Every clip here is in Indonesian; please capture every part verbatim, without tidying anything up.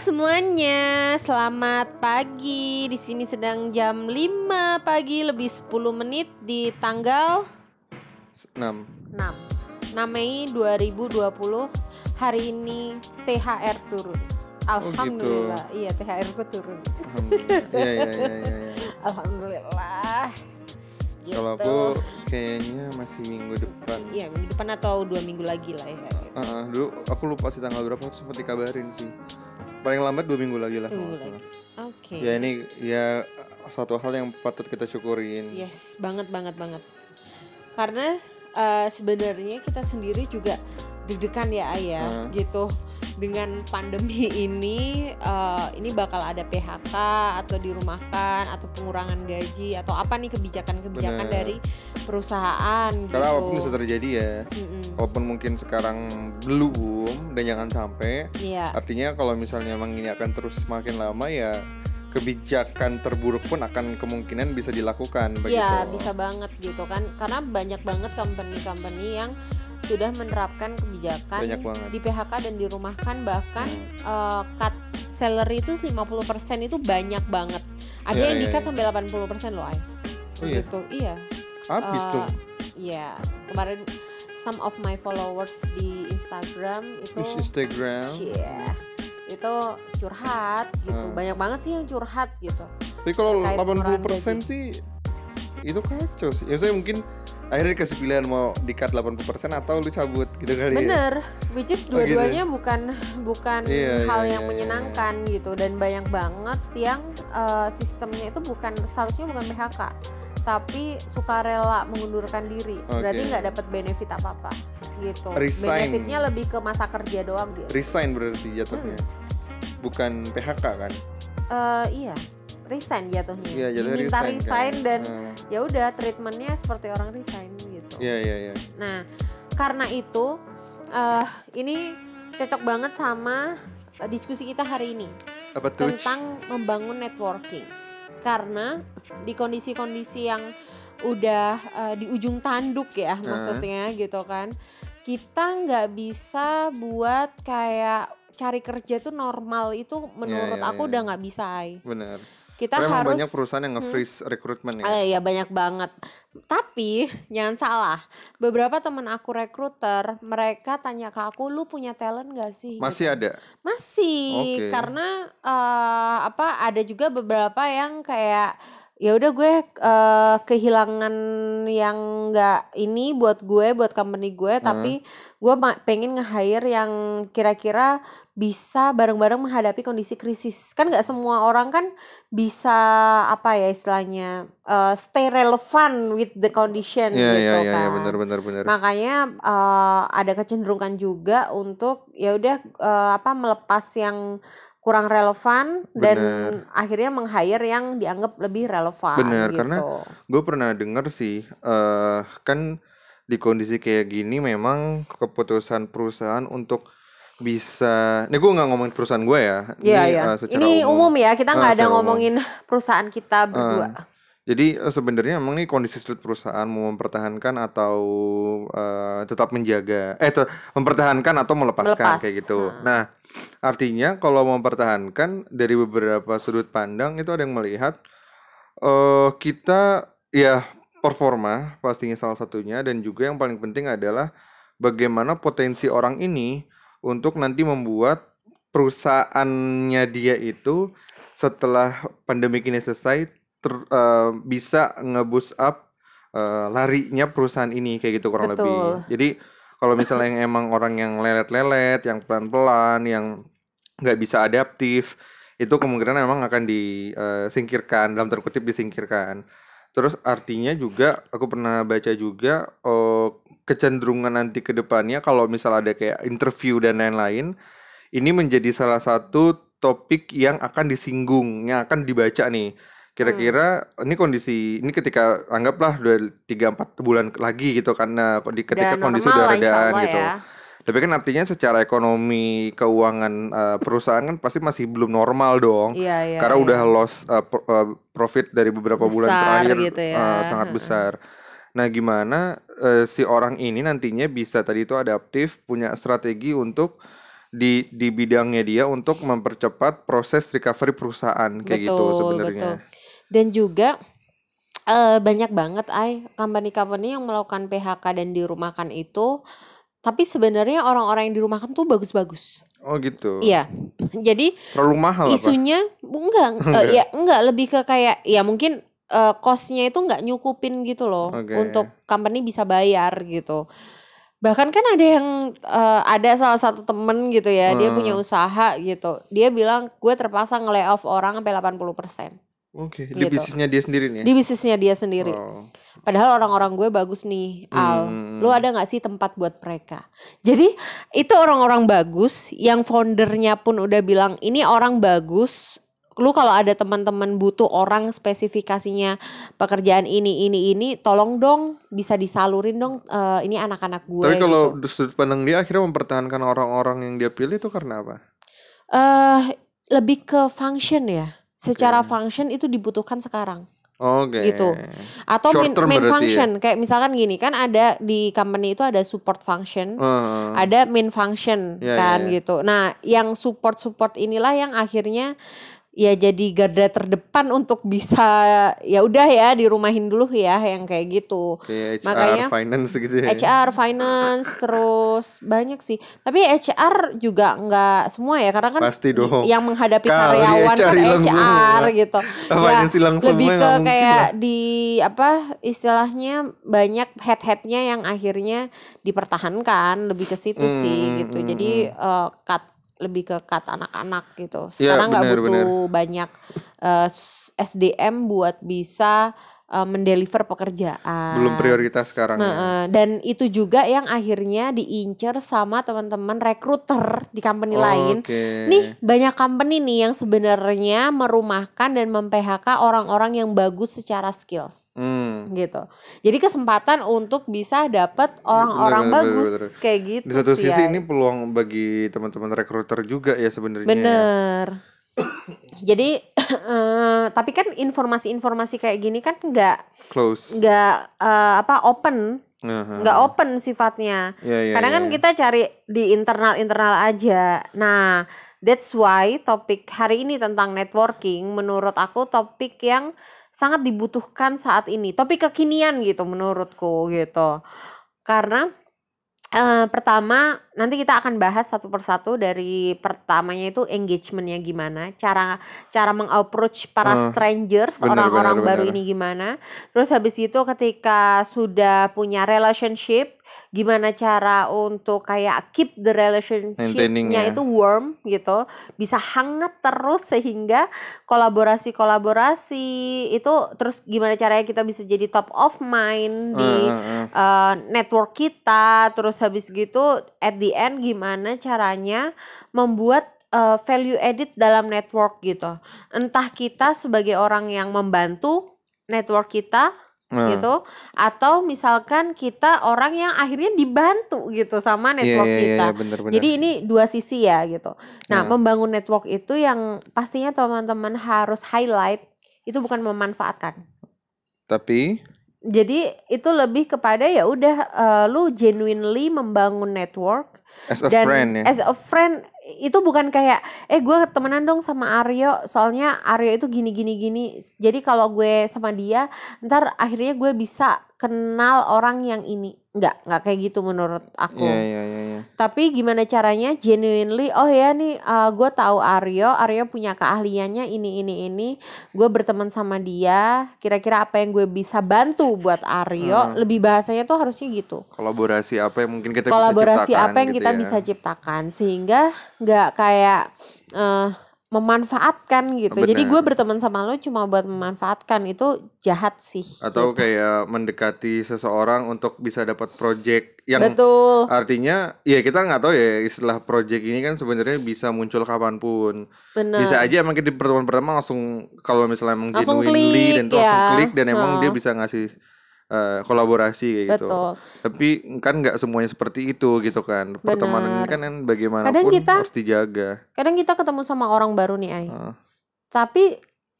semuanya, selamat pagi. Di sini sedang jam lima pagi lebih sepuluh menit di tanggal enam enam Mei dua ribu dua puluh. Hari ini T H R turun. Alhamdulillah. Oh gitu. Iya, T H R ku turun. Alhamdulillah. Iya iya iya iya. Ya. Alhamdulillah. Gitu. Kalau aku kayaknya masih minggu depan. Iya, minggu depan atau dua minggu lagi lah ya. Uh, uh, dulu aku lupa sih tanggal berapa, aku sempat dikabarin sih. Paling lambat dua minggu lagi lah. Dua minggu lagi. Oke. Okay. Ya ini ya satu hal yang patut kita syukurin. Yes, banget banget banget. Karena uh, sebenarnya kita sendiri juga deg-degan ya Ayah, uh. gitu. Dengan pandemi ini, uh, ini bakal ada P H K atau dirumahkan atau pengurangan gaji atau apa nih kebijakan-kebijakan Bener. dari perusahaan. Karena gitu. apapun bisa terjadi ya, Mm-mm. walaupun mungkin sekarang belum dan jangan sampai. Yeah. Artinya kalau misalnya emang ini akan terus semakin lama ya, kebijakan terburuk pun akan kemungkinan bisa dilakukan. Iya, bisa banget gitu kan, karena banyak banget company-company yang sudah menerapkan kebijakan di P H K dan dirumahkan, bahkan hmm. uh, cut salary itu lima puluh persen itu banyak banget. Ada yeah, yang di cut yeah, sampai delapan puluh persen loh, Ay. Oh, gitu. Iya. Habis uh, tuh. Iya, kemarin some of my followers di Instagram itu Instagram. Iya. Yeah, itu curhat gitu. Hmm. Banyak banget sih yang curhat gitu. Tapi kalau delapan puluh persen sih itu kacau sih. Ya saya mungkin akhirnya dikasih pilihan mau di-cut delapan puluh persen atau lu cabut gitu kali. Bener, ya. Which is dua-duanya oh, gitu. bukan bukan iya, hal iya, yang iya, menyenangkan iya. gitu, dan banyak banget yang uh, sistemnya itu bukan, statusnya bukan P H K, tapi sukarela mengundurkan diri. Okay. Berarti nggak dapat benefit apa-apa gitu. Resign. Benefitnya lebih ke masa kerja doang gitu. Resign berarti jatuhnya. Hmm. Bukan P H K kan? Uh, iya. Resign jatuhnya, ya, diminta resign, resign kan? dan hmm. ya udah treatmentnya seperti orang resign gitu. Iya iya iya. Nah, karena itu uh, ini cocok banget sama uh, diskusi kita hari ini. Apa tuh? Tentang membangun networking. Karena di kondisi-kondisi yang udah uh, di ujung tanduk ya, hmm. maksudnya gitu kan, kita nggak bisa buat kayak cari kerja tuh normal itu menurut ya, ya, aku ya. udah nggak bisa, Ay. Benar. Kita Karena harus banyak perusahaan yang nge-freeze hmm. rekrutmen ya. Ah, iya banyak banget. Tapi jangan salah, beberapa teman aku rekruter, mereka tanya ke aku, lu punya talent gak sih? Masih gitu. ada? Masih, okay. Karena uh, apa? Ada juga beberapa yang kayak ya udah gue uh, kehilangan yang nggak ini buat gue, buat company gue, hmm. tapi gue ma- pengen nge-hire yang kira-kira bisa bareng-bareng menghadapi kondisi krisis. Kan nggak semua orang kan bisa apa ya istilahnya uh, stay relevant with the condition yeah, gitu yeah, kan. Yeah, benar, benar, benar. Makanya uh, ada kecenderungan juga untuk ya udah uh, apa melepas yang kurang relevan. Bener. Dan akhirnya meng-hire yang dianggap lebih relevan. Bener, gitu. Karena gue pernah dengar sih uh, kan di kondisi kayak gini memang keputusan perusahaan untuk bisa, ini gue nggak ngomongin perusahaan gue ya, Iya, ini iya. uh, secara ini umum, umum ya, kita nggak uh, ada ngomongin umum. Perusahaan kita berdua. Uh, jadi uh, sebenarnya emang nih kondisi sulit perusahaan mau mempertahankan atau uh, tetap menjaga, eh tuh, mempertahankan atau melepaskan Melepas. kayak gitu. Hmm. Nah, artinya kalau mempertahankan dari beberapa sudut pandang itu ada yang melihat uh, kita ya performa pastinya salah satunya, dan juga yang paling penting adalah bagaimana potensi orang ini untuk nanti membuat perusahaannya dia itu setelah pandemi ini selesai ter, uh, bisa nge-boost up uh, larinya perusahaan ini kayak gitu kurang Betul. lebih. Jadi kalau misalnya yang emang orang yang lelet-lelet, yang pelan-pelan, yang nggak bisa adaptif, itu kemungkinan memang akan disingkirkan, dalam tanda kutip disingkirkan. Terus artinya juga aku pernah baca juga oh, kecenderungan nanti ke depannya kalau misal ada kayak interview dan lain-lain, ini menjadi salah satu topik yang akan disinggung, yang akan dibaca nih. Kira-kira hmm. ini kondisi ini ketika anggaplah dua tiga empat bulan lagi gitu, karena ketika dan kondisi udah redaan gitu. Ya. Tapi kan artinya secara ekonomi keuangan uh, perusahaan kan pasti masih belum normal dong. Iya, iya, karena iya. udah loss uh, pro, uh, profit dari beberapa besar bulan terakhir gitu ya. uh, sangat besar. Nah, gimana uh, si orang ini nantinya bisa tadi itu adaptif, punya strategi untuk di di bidangnya dia untuk mempercepat proses recovery perusahaan kayak gitu Betul, sebenarnya. betul. Dan juga eh, banyak banget ay company-company yang melakukan P H K dan dirumahkan itu, tapi sebenarnya orang-orang yang dirumahkan tuh bagus-bagus. Oh gitu. Iya. Jadi Terlalu mahal apa? isunya bu- enggak, eh, Enggak. ya enggak lebih ke kayak ya mungkin eh, cost-nya itu enggak nyukupin gitu loh Oke. untuk company bisa bayar gitu. Bahkan kan ada yang eh, ada salah satu temen gitu ya, dia punya Hmm. usaha gitu. Dia bilang gue terpaksa nge-layoff orang sampai delapan puluh persen Oke, di gitu. bisnisnya dia sendiri nih. Di bisnisnya dia sendiri. Oh. Padahal orang-orang gue bagus nih, Al. Hmm. Lu ada gak sih tempat buat mereka? Jadi itu orang-orang bagus yang foundernya pun udah bilang ini orang bagus. Lu kalau ada teman-teman butuh orang spesifikasinya pekerjaan ini ini ini, tolong dong bisa disalurin dong eh, ini anak-anak gue. Tapi kalau gitu. di sudut pandang dia akhirnya mempertahankan orang-orang yang dia pilih itu karena apa? Eh lebih ke function ya. Secara function itu dibutuhkan sekarang. Oke. Gitu. Atau main, Short term main berarti function kayak misalkan gini kan ada di company itu ada support function, Uh, ada main function Ya, kan ya, ya. gitu. Nah, yang support-support inilah yang akhirnya ya jadi garda terdepan untuk bisa ya udah ya dirumahin dulu ya yang kayak gitu. Kayak H R, Makanya finance gitu ya. H R, finance, terus banyak sih. Tapi H R juga nggak semua ya, karena kan Pasti di- dong. yang menghadapi Kali karyawan H R kan hilang H R semua. gitu. Finance hilang semua, lebih nggak ke mungkin kayak lah. di apa istilahnya banyak head-headnya yang akhirnya dipertahankan, lebih ke situ Hmm, sih hmm, gitu. hmm, Jadi eh, cut lebih ke cut anak-anak gitu. Ya, Sekarang nggak benar, butuh banyak eh, S D M buat bisa eh, mendeliver pekerjaan. Belum prioritas sekarang Nah, ya. eh, dan itu juga yang akhirnya diincer sama teman-teman recruiter di company lain. Oke. Nih banyak company nih yang sebenarnya merumahkan dan mem-P H K orang-orang yang bagus secara skills. Hmm. Gitu. Jadi kesempatan untuk bisa dapat orang-orang Bener, bener, bagus bener, bener. kayak gitu Di satu sih. sisi ya. ini peluang bagi teman-teman rekruter juga ya sebenarnya. ya. Bener. Jadi eh, tapi kan informasi-informasi kayak gini kan nggak Close. nggak eh, apa open, Aha. nggak open sifatnya. Ya, ya, Kadang ya, kan ya. kita cari di internal-internal aja. Nah, that's why topik hari ini tentang networking menurut aku topik yang sangat dibutuhkan saat ini. Topik kekinian gitu menurutku gitu. Karena eh, pertama nanti kita akan bahas satu persatu. Dari pertamanya itu engagementnya gimana, cara cara mengapproach para Eh, strangers, benar, orang-orang benar, baru benar. ini gimana. Terus habis itu ketika sudah punya relationship, gimana cara untuk kayak keep the Maintaining relationship-nya ya. itu warm gitu, bisa hangat terus sehingga kolaborasi-kolaborasi itu terus gimana caranya kita bisa jadi top of mind di Eh, eh, eh. uh, network kita. Terus habis gitu at the end gimana caranya membuat uh, value added dalam network gitu. Entah kita sebagai orang yang membantu network kita Eh. gitu, atau misalkan kita orang yang akhirnya dibantu gitu sama Iya, network iya, iya, kita. iya, benar-benar. Jadi ini dua sisi ya gitu. Nah, Nah. membangun network itu yang pastinya teman-teman harus highlight itu bukan memanfaatkan. Tapi Jadi itu lebih kepada ya udah eh, lu genuinely membangun network as a dan friend ya. as a friend itu bukan kayak eh gue temenan dong sama Aryo soalnya Aryo itu gini gini gini. Jadi kalau gue sama dia ntar akhirnya gue bisa kenal orang yang ini. Enggak, enggak kayak gitu menurut aku. Iya, iya, iya, iya. Tapi gimana caranya genuinely, oh ya nih uh, gue tahu Aryo, Aryo punya keahliannya ini ini ini, gue berteman sama dia, kira-kira apa yang gue bisa bantu buat Aryo, lebih bahasanya tuh harusnya gitu. Kolaborasi apa yang mungkin kita Kolaborasi bisa ciptakan apa yang gitu kita ya. bisa ciptakan sehingga nggak kayak uh, memanfaatkan gitu. Jadi Benar. gue berteman sama lo cuma buat memanfaatkan, itu jahat sih. Atau gitu. kayak mendekati seseorang untuk bisa dapat project yang Betul. artinya ya kita nggak tahu ya istilah project ini kan sebenarnya bisa muncul kapanpun. Bener. Bisa aja emang di pertemuan pertama langsung kalau misalnya emang Langsung genuinely klik, dan tuh langsung ya. klik dan emang Heeh. dia bisa ngasih eh, kolaborasi kayak gitu. Betul. Tapi kan nggak semuanya seperti itu gitu kan. Pertemanan ini kan kan bagaimanapun Kadang kita- harus dijaga. Kadang kita ketemu sama orang baru nih, Ay. Heeh. Tapi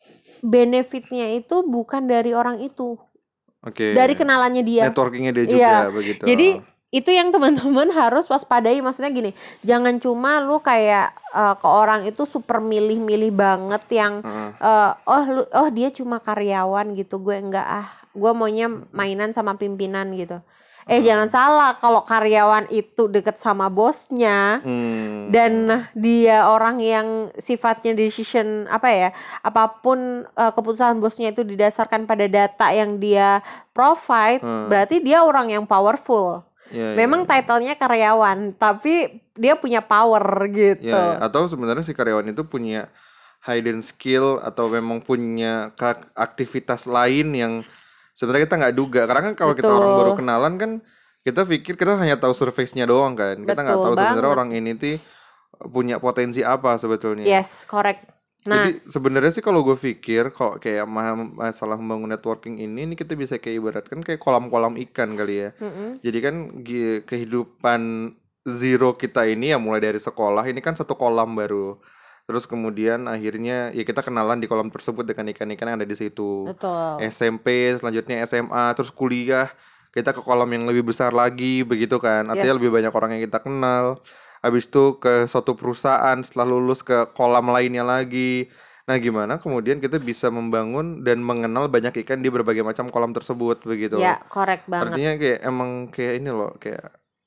benefitnya itu bukan dari orang itu, Oke. dari kenalannya dia. Networkingnya dia juga Iya. begitu. Jadi itu yang teman-teman harus waspadai. Maksudnya gini, jangan cuma lu kayak uh, ke orang itu super milih-milih banget yang uh. Uh, oh lu, oh dia cuma karyawan gitu, gue enggak ah, gue maunya mainan sama pimpinan gitu. Eh uh. jangan salah, kalau karyawan itu deket sama bosnya hmm. dan dia orang yang sifatnya decision apa ya, apapun uh, keputusan bosnya itu didasarkan pada data yang dia provide, uh. berarti dia orang yang powerful. Ya, memang ya, title-nya karyawan, tapi dia punya power gitu. Ya, ya. Atau sebenarnya si karyawan itu punya hidden skill atau memang punya aktivitas lain yang sebenarnya kita nggak duga. Karena kan kalau kita orang baru kenalan kan kita pikir kita hanya tahu surface-nya doang kan. Kita nggak tahu sebenarnya orang ini tuh punya potensi apa sebetulnya. Yes, correct. Nah, jadi sebenarnya sih kalau gue pikir kok kayak masalah membangun networking ini, ini kita bisa kayak ibaratkan kayak kolam-kolam ikan kali ya. Mm-hmm. Jadi kan kehidupan zero kita ini ya mulai dari sekolah ini kan satu kolam baru. Terus kemudian akhirnya ya kita kenalan di kolam tersebut dengan ikan-ikan yang ada di situ. Betul. S M P, selanjutnya S M A, terus kuliah kita ke kolam yang lebih besar lagi begitu kan. Artinya yes. lebih banyak orang yang kita kenal. Habis itu ke suatu perusahaan, setelah lulus ke kolam lainnya lagi. Nah gimana kemudian kita bisa membangun dan mengenal banyak ikan di berbagai macam kolam tersebut begitu. Ya, correct banget. Artinya kayak emang kayak ini loh, kayak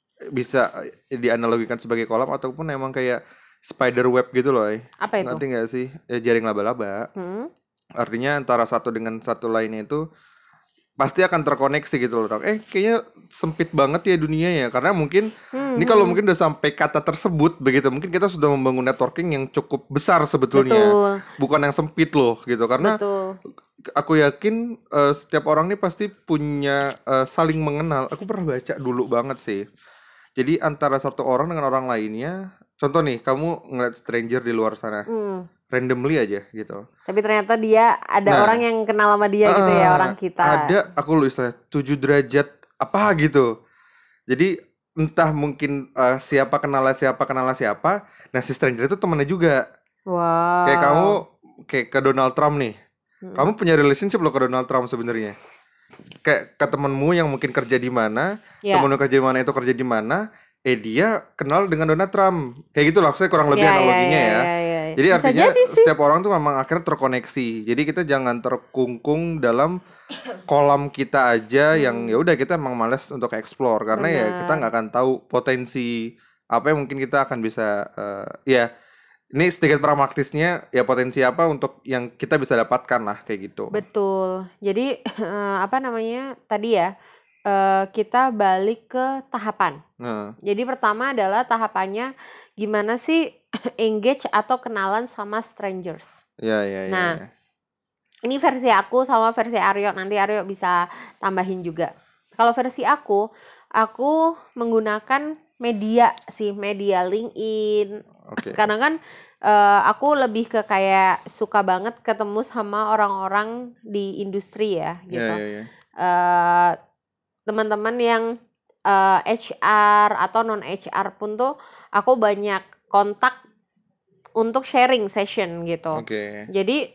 bisa dianalogikan sebagai kolam ataupun emang kayak spider web gitu loh. Apa itu? Nanti gak sih? Ya, jaring laba-laba. Hmm? Artinya antara satu dengan satu lainnya itu pasti akan terkoneksi gitu loh. Eh kayaknya sempit banget ya dunia ya. Karena mungkin hmm, ini kalau mungkin udah sampai kata tersebut begitu, mungkin kita sudah membangun networking yang cukup besar sebetulnya. Betul. Bukan yang sempit loh gitu. Karena Betul. aku yakin uh, setiap orang nih pasti punya uh, saling mengenal. Aku pernah baca dulu banget sih. Jadi antara satu orang dengan orang lainnya, contoh nih kamu ngeliat stranger di luar sana. Hmm. Randomly aja gitu. Tapi ternyata dia ada nah, orang yang kenal sama dia uh, gitu ya, orang kita. Ada, aku lupa istilah tujuh derajat apa gitu. Jadi entah mungkin uh, siapa kenal siapa kenal siapa. Nah si stranger itu temannya juga. Wow. Kayak kamu kayak ke Donald Trump nih. Hmm. Kamu punya relationship loh ke Donald Trump sebenarnya. Kayak ke temenmu yang mungkin kerja di mana, yeah. temenmu kerja di mana itu kerja di mana. Eh dia kenal dengan Donald Trump. Kayak gitu lah, saya kurang lebih yeah, analoginya yeah, yeah, ya. Yeah, yeah. Jadi bisa artinya setiap orang tuh memang akhirnya terkoneksi. Jadi kita jangan terkungkung dalam kolam kita aja hmm. yang ya udah kita emang malas untuk explore karena Benar. ya kita nggak akan tahu potensi apa yang mungkin kita akan bisa uh, ya ini sedikit pragmatisnya ya potensi apa untuk yang kita bisa dapatkan lah kayak gitu. Betul. Jadi uh, apa namanya tadi ya. Uh, kita balik ke tahapan. Uh. Jadi pertama adalah tahapannya gimana sih engage atau kenalan sama strangers. Ya, ya, nah, ya, ya. Ini versi aku sama versi Aryo. Nanti Aryo bisa tambahin juga. Kalau versi aku, aku menggunakan media sih, media LinkedIn. Okay. Karena kan uh, aku lebih ke kayak suka banget ketemu sama orang-orang di industri ya, gitu. Ya, ya, ya. Uh, teman-teman yang uh, H R atau non H R pun tuh aku banyak kontak untuk sharing session gitu. Okay. Jadi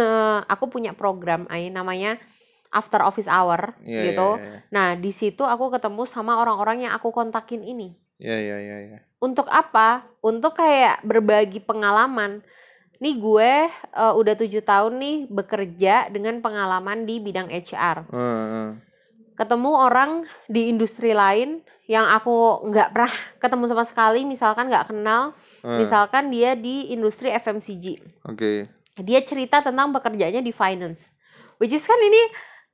aku punya program ay, namanya After Office Hour yeah, gitu. Yeah, yeah. Nah di situ aku ketemu sama orang-orang yang aku kontakin ini. Iya yeah, iya yeah, iya. Yeah, yeah. Untuk apa? Untuk kayak berbagi pengalaman. Nih gue uh, udah tujuh tahun nih bekerja dengan pengalaman di bidang H R. Uh, uh. Ketemu orang di industri lain yang aku nggak pernah ketemu sama sekali, misalkan nggak kenal, uh. misalkan dia di industri F M C G. Oke. Okay. Dia cerita tentang pekerjaannya di finance, which is kan ini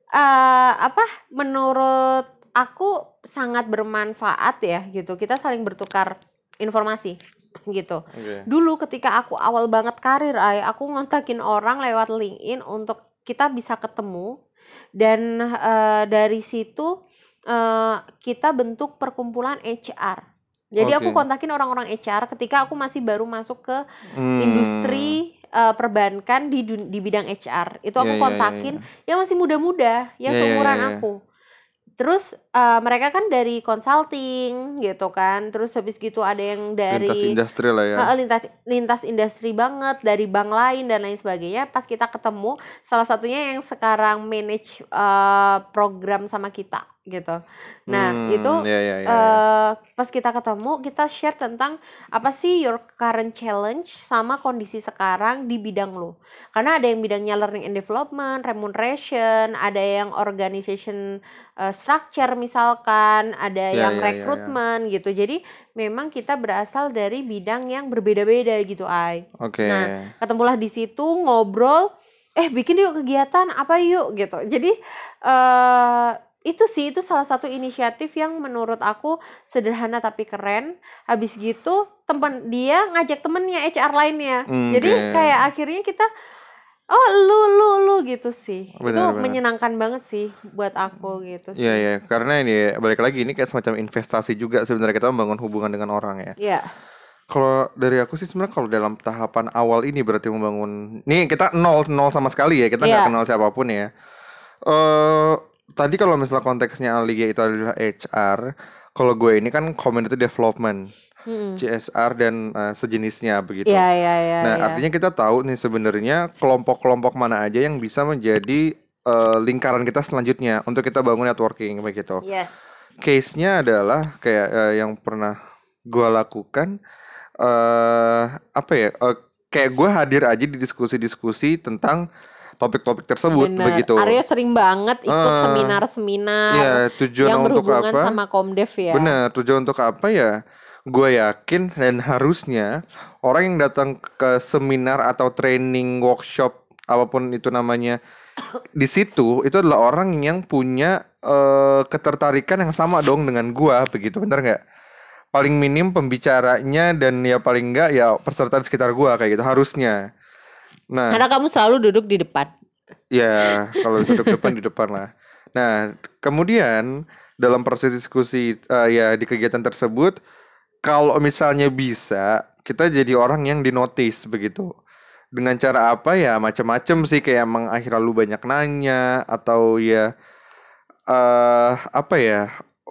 uh, apa? Menurut aku sangat bermanfaat ya gitu. Kita saling bertukar informasi gitu. Okay. Dulu ketika aku awal banget karir, ay, aku ngontakin orang lewat LinkedIn untuk kita bisa ketemu. Dan uh, dari situ uh, kita bentuk perkumpulan H R. Jadi okay. aku kontakin orang-orang H R ketika aku masih baru masuk ke hmm. industri uh, perbankan di di bidang H R. Itu aku yeah, kontakin yeah, yeah, yeah. yang masih muda-muda, yang yeah, seumuran yeah, yeah. aku. Terus uh, mereka kan dari consulting gitu kan, terus habis gitu ada yang dari lintas industri lah ya. Uh, lintas lintas industri banget, dari bank lain dan lain sebagainya. Pas kita ketemu, salah satunya yang sekarang manage uh, program sama kita gitu. Nah Hmm, itu ya, ya, ya, ya. uh, pas kita ketemu, kita share tentang apa sih your current challenge sama kondisi sekarang di bidang lo. Karena ada yang bidangnya learning and development, remuneration, ada yang organization uh, structure misalkan, ada Ya, yang ya, ya, ya. rekrutmen gitu. Jadi memang kita berasal dari bidang yang berbeda-beda gitu, Ai. Oke. Nah, ketemulah di situ ngobrol, eh bikin yuk kegiatan apa yuk gitu. Jadi uh, itu sih, itu salah satu inisiatif yang menurut aku sederhana tapi keren. Habis gitu teman dia ngajak temennya H R lainnya. Hmm, Jadi oke. kayak akhirnya kita oh lu lu lu gitu sih. Benar, itu benar. menyenangkan banget sih buat aku gitu sih. Iya ya, karena ini balik lagi ini kayak semacam investasi juga sebenarnya kita membangun hubungan dengan orang ya. Iya. Kalau dari aku sih sebenarnya kalau dalam tahapan awal ini berarti membangun, nih kita nol nol sama sekali ya, kita nggak Iya. kenal siapapun ya. Eh tadi kalau misalnya konteksnya Alia itu adalah H R, kalau gue ini kan community development, Mm-mm. C S R dan uh, sejenisnya begitu. Iya iya iya. Nah iya. artinya kita tahu nih sebenarnya kelompok-kelompok mana aja yang bisa menjadi uh, lingkaran kita selanjutnya untuk kita bangun networking begitu. Yes. Case-nya adalah kayak uh, yang pernah gue lakukan, uh, apa ya? Uh, kayak gue hadir aja di diskusi-diskusi tentang topik-topik tersebut. Bener. Begitu. Arya sering banget ikut Uh, seminar-seminar Ya tujuan yang untuk berhubungan apa? sama Komdev ya. Benar, tujuan untuk apa ya? Gue yakin dan harusnya orang yang datang ke seminar atau training workshop apapun itu namanya di situ itu adalah orang yang punya uh, ketertarikan yang sama dong dengan gue, begitu, bener nggak? Paling minim pembicaranya dan ya paling enggak ya peserta di sekitar gue kayak gitu harusnya. Nah, Karena kamu selalu duduk di depan. ya kalau duduk depan di depan lah. Nah, kemudian dalam proses diskusi uh, ya di kegiatan tersebut, kalau misalnya bisa kita jadi orang yang dinotis begitu. Dengan cara apa ya macam-macam sih, kayak emang akhirnya lu banyak nanya atau ya uh, apa ya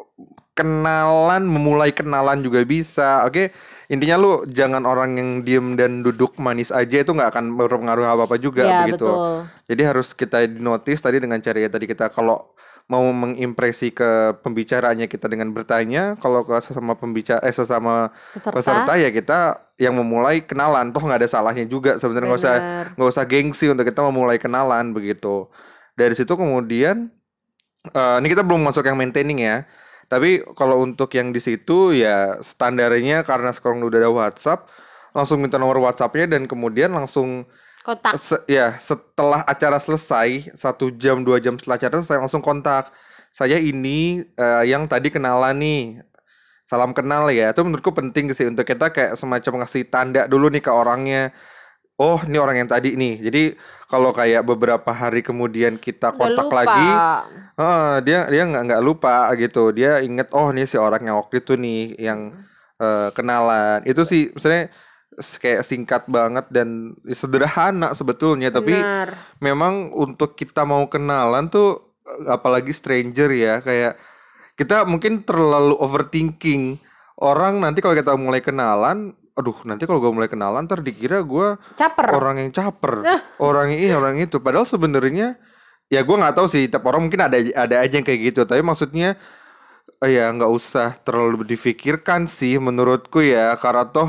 kenalan, memulai kenalan juga bisa. Oke, intinya lu jangan orang yang diem dan duduk manis aja, itu nggak akan berpengaruh apa-apa juga Ya, begitu. betul. Jadi harus kita dinotis tadi dengan cara ya tadi kita kalau mau mengimpresi ke pembicaraannya kita dengan bertanya, kalau ke sesama pembicara eh sesama Peserta. peserta ya kita yang memulai kenalan, toh nggak ada salahnya juga sebenarnya, nggak usah Bener. nggak usah gengsi untuk kita memulai kenalan begitu. Dari situ kemudian eh, ini kita belum masuk yang maintaining ya. Tapi kalau untuk yang di situ ya standarnya karena sekarang udah ada WhatsApp, langsung minta nomor WhatsAppnya dan kemudian langsung Kontak. se- ya setelah acara selesai satu jam dua jam setelah acara saya langsung kontak. Saya ini eh, yang tadi kenalan nih, salam kenal ya. Itu menurutku penting sih untuk kita kayak semacam ngasih tanda dulu nih ke orangnya. Oh, ini orang yang tadi nih. Jadi kalau kayak beberapa hari kemudian kita Udah kontak lupa. lagi, ah, dia dia nggak nggak lupa gitu. Dia inget, oh ini si orangnya waktu itu nih yang eh, kenalan. Itu sih sebenarnya s- kayak singkat banget dan sederhana sebetulnya. Tapi Bener. memang untuk kita mau kenalan tuh, eh, apalagi stranger ya, kayak kita mungkin terlalu overthinking. Orang nanti kalau kita mulai kenalan, aduh nanti kalau gue mulai kenalan ntar dikira gue Caper. orang yang caper, orang ini orang itu. Padahal sebenarnya ya gue nggak tahu sih, tiap orang mungkin ada ada aja yang kayak gitu. Tapi maksudnya eh, ya nggak usah terlalu difikirkan sih menurutku ya, karena toh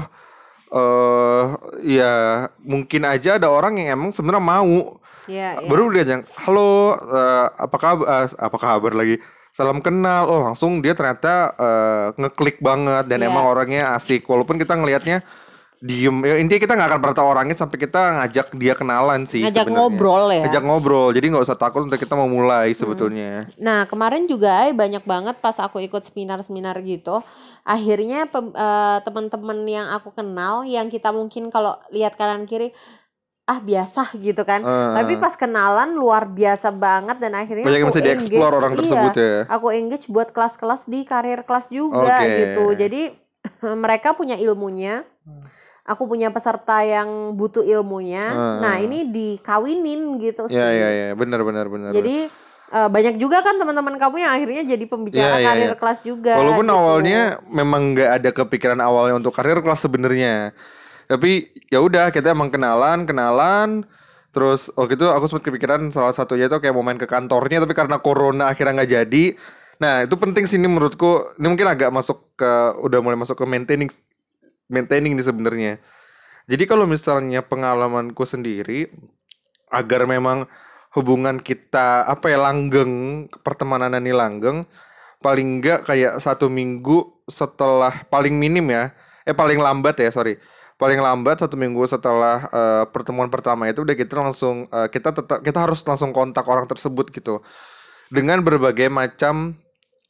eh ya mungkin aja ada orang yang emang sebenarnya mau. Ya, ya. Baru dia bilang, halo, eh, apa kabar? eh, apa kabar lagi? Salam kenal. Oh langsung dia ternyata eh, ngeklik banget dan Iya. emang orangnya asik. Walaupun kita ngelihatnya diem. Ya, intinya kita nggak akan pernah tahu orangnya sampai kita ngajak dia kenalan sih. Ngajak sebenarnya. ngobrol ya. Ngajak ngobrol. Jadi nggak usah takut untuk kita mau mulai sebetulnya. Nah kemarin juga ay, banyak banget pas aku ikut seminar-seminar gitu. Akhirnya pem- eh, teman-teman yang aku kenal, yang kita mungkin kalau lihat kanan kiri ah biasa gitu kan. Eh. Tapi pas kenalan luar biasa banget dan akhirnya Banyak yang aku bisa dieksplor engage, orang iya, tersebut ya. aku engage buat kelas-kelas di karir kelas juga Oke. gitu. Jadi mereka punya ilmunya, aku punya peserta yang butuh ilmunya. Hmm. Nah ini dikawinin gitu sih. Ya ya ya, benar benar benar. Jadi uh, banyak juga kan teman-teman kamu yang akhirnya jadi pembicara yeah, karir yeah, yeah. kelas juga. Walaupun gitu. awalnya memang nggak ada kepikiran awalnya untuk karir kelas sebenarnya, tapi ya udah kita emang kenalan kenalan terus waktu itu aku sempat kepikiran salah satunya itu kayak mau main ke kantornya, tapi karena corona akhirnya nggak jadi. Nah itu penting sih ini menurutku, ini mungkin agak masuk ke udah mulai masuk ke maintaining maintaining nih sebenarnya. Jadi kalau misalnya pengalamanku sendiri, agar memang hubungan kita apa ya langgeng, pertemanan ini langgeng, paling enggak kayak satu minggu setelah, paling minim ya, eh paling lambat ya sorry, paling lambat satu minggu setelah uh, pertemuan pertama itu udah kita langsung uh, kita tetap kita harus langsung kontak orang tersebut gitu, dengan berbagai macam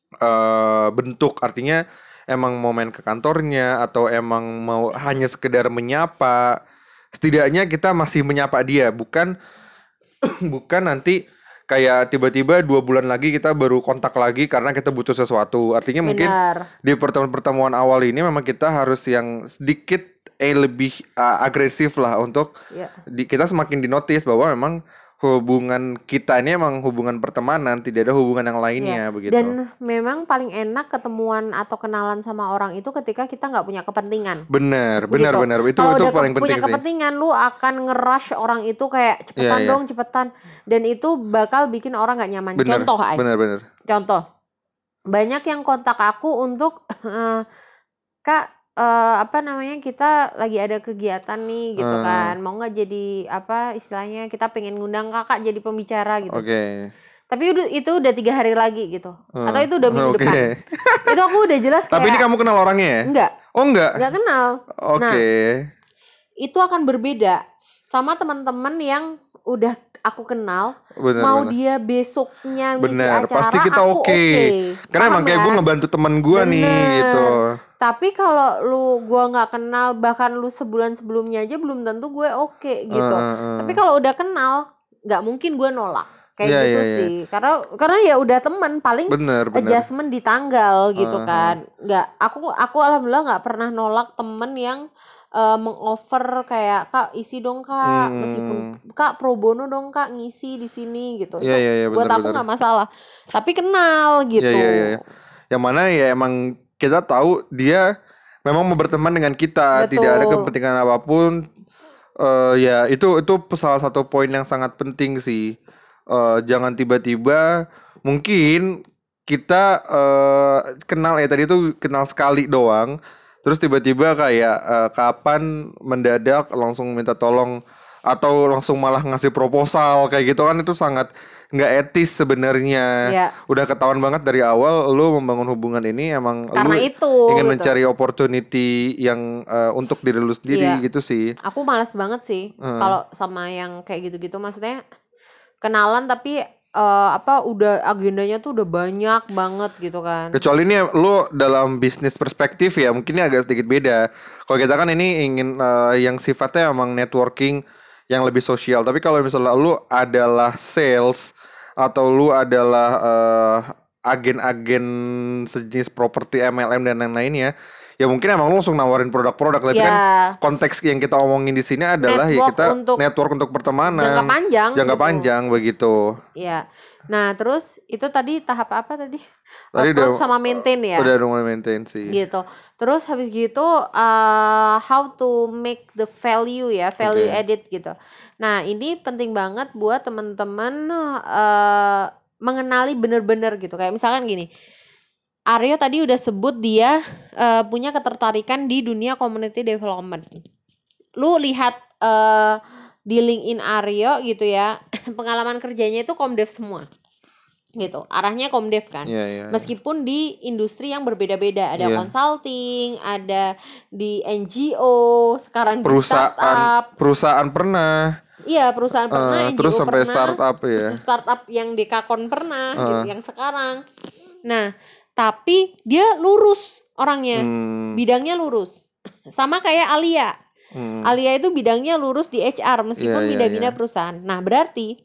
uh, bentuk. Artinya emang mau main ke kantornya atau emang mau hanya sekedar menyapa, setidaknya kita masih menyapa dia, bukan bukan nanti kayak tiba-tiba dua bulan lagi kita baru kontak lagi karena kita butuh sesuatu. Artinya Benar. mungkin di pertemuan-pertemuan awal ini memang kita harus yang sedikit eh lebih uh, agresif lah untuk ya. di, kita semakin dinotis bahwa memang hubungan kita ini emang hubungan pertemanan, tidak ada hubungan yang lainnya, ya. begitu. Dan memang paling enak ketemuan atau kenalan sama orang itu ketika kita nggak punya kepentingan. Benar, benar, gitu. benar. Itu Kalau itu udah paling ke, penting punya sih. kepentingan, lu akan nge-rush orang itu kayak cepetan Iya, iya. dong, cepetan. Dan itu bakal bikin orang nggak nyaman. Benar, Contoh, Ay. benar, benar. Contoh, banyak yang kontak aku untuk uh, Kak. Uh, apa namanya kita lagi ada kegiatan nih gitu Hmm. kan, mau nggak jadi apa istilahnya kita pengen ngundang kakak jadi pembicara gitu. Oke. Okay. Tapi udah, itu udah tiga hari lagi gitu, Hmm. atau itu udah minggu okay. depan. Itu aku udah jelas kayak. Tapi ini kamu kenal orangnya ya? Enggak. Oh enggak. Enggak kenal. Oke. Okay. Nah, itu akan berbeda sama teman-teman yang udah aku kenal. Bener, mau bener. dia besoknya ngisi Bener, acara, pasti kita aku oke. okay. Okay. Karena emang kayak gue ngebantu temen gue nih gitu. Tapi kalau lu gua nggak kenal, bahkan lu sebulan sebelumnya aja belum tentu gue oke okay, gitu. Uh, uh, uh. Tapi kalau udah kenal, nggak mungkin gue nolak kayak yeah, gitu yeah, sih. Yeah. Karena karena ya udah temen, paling bener, bener. adjustment di tanggal gitu uh, uh. kan. Nggak, aku aku alhamdulillah nggak pernah nolak temen yang uh, mengoffer kayak kak isi dong kak, hmm. meskipun kak pro bono dong kak ngisi di sini gitu. Yeah, yeah, yeah, buat bener, aku nggak masalah. Tapi kenal gitu. Yeah, yeah, yeah. Yang mana ya emang kita tahu dia memang mau berteman dengan kita. Betul. Tidak ada kepentingan apapun. Uh, ya itu itu salah satu poin yang sangat penting sih. Uh, jangan tiba-tiba mungkin kita uh, kenal ya tadi itu kenal sekali doang. Terus tiba-tiba kayak uh, kapan mendadak langsung minta tolong atau langsung malah ngasih proposal kayak gitu kan, itu sangat nggak etis sebenarnya. Ya. Udah ketahuan banget dari awal lu membangun hubungan ini emang karena lu itu ingin gitu. mencari opportunity yang uh, untuk diri lu sendiri ya. Gitu sih. Aku malas banget sih uh. kalau sama yang kayak gitu-gitu, maksudnya kenalan tapi uh, apa udah agendanya tuh udah banyak banget gitu kan. Kecuali ini lu dalam bisnis perspektif ya mungkin agak sedikit beda. Kalau kita kan ini ingin uh, yang sifatnya emang networking yang lebih sosial. Tapi kalau misalnya lu adalah sales atau lu adalah uh, agen-agen sejenis properti M L M dan lain-lainnya, ya mungkin emang lu langsung nawarin produk-produk. Tapi ya. Kan konteks yang kita omongin di sini adalah network ya kita untuk network untuk pertemanan jangka panjang, jangka gitu. panjang begitu. Iya. Nah terus itu tadi tahap apa tadi? Tadi udah sama maintain ya. Udah mulai maintain sih. Gitu. Terus habis gitu uh, how to make the value ya, value okay. added gitu. Nah ini penting banget buat teman-teman uh, mengenali bener-bener gitu. Kayak misalkan gini, Aryo tadi udah sebut dia uh, punya ketertarikan di dunia community development. Lu lihat uh, di LinkedIn Aryo gitu ya, pengalaman kerjanya itu komdev semua gitu, arahnya komdev kan. yeah, yeah, meskipun yeah. di industri yang berbeda-beda, ada yeah. consulting, ada di N G O, sekarang perusahaan, di startup. Perusahaan pernah. Iya perusahaan pernah, uh, N G O terus sampai pernah, startup ya. Startup yang Dekakon pernah, uh. gitu, yang sekarang. Nah tapi dia lurus orangnya, hmm. bidangnya lurus, sama kayak Alia. Hmm. Alia itu bidangnya lurus di H R meskipun yeah, bida-bida yeah, yeah. perusahaan. Nah berarti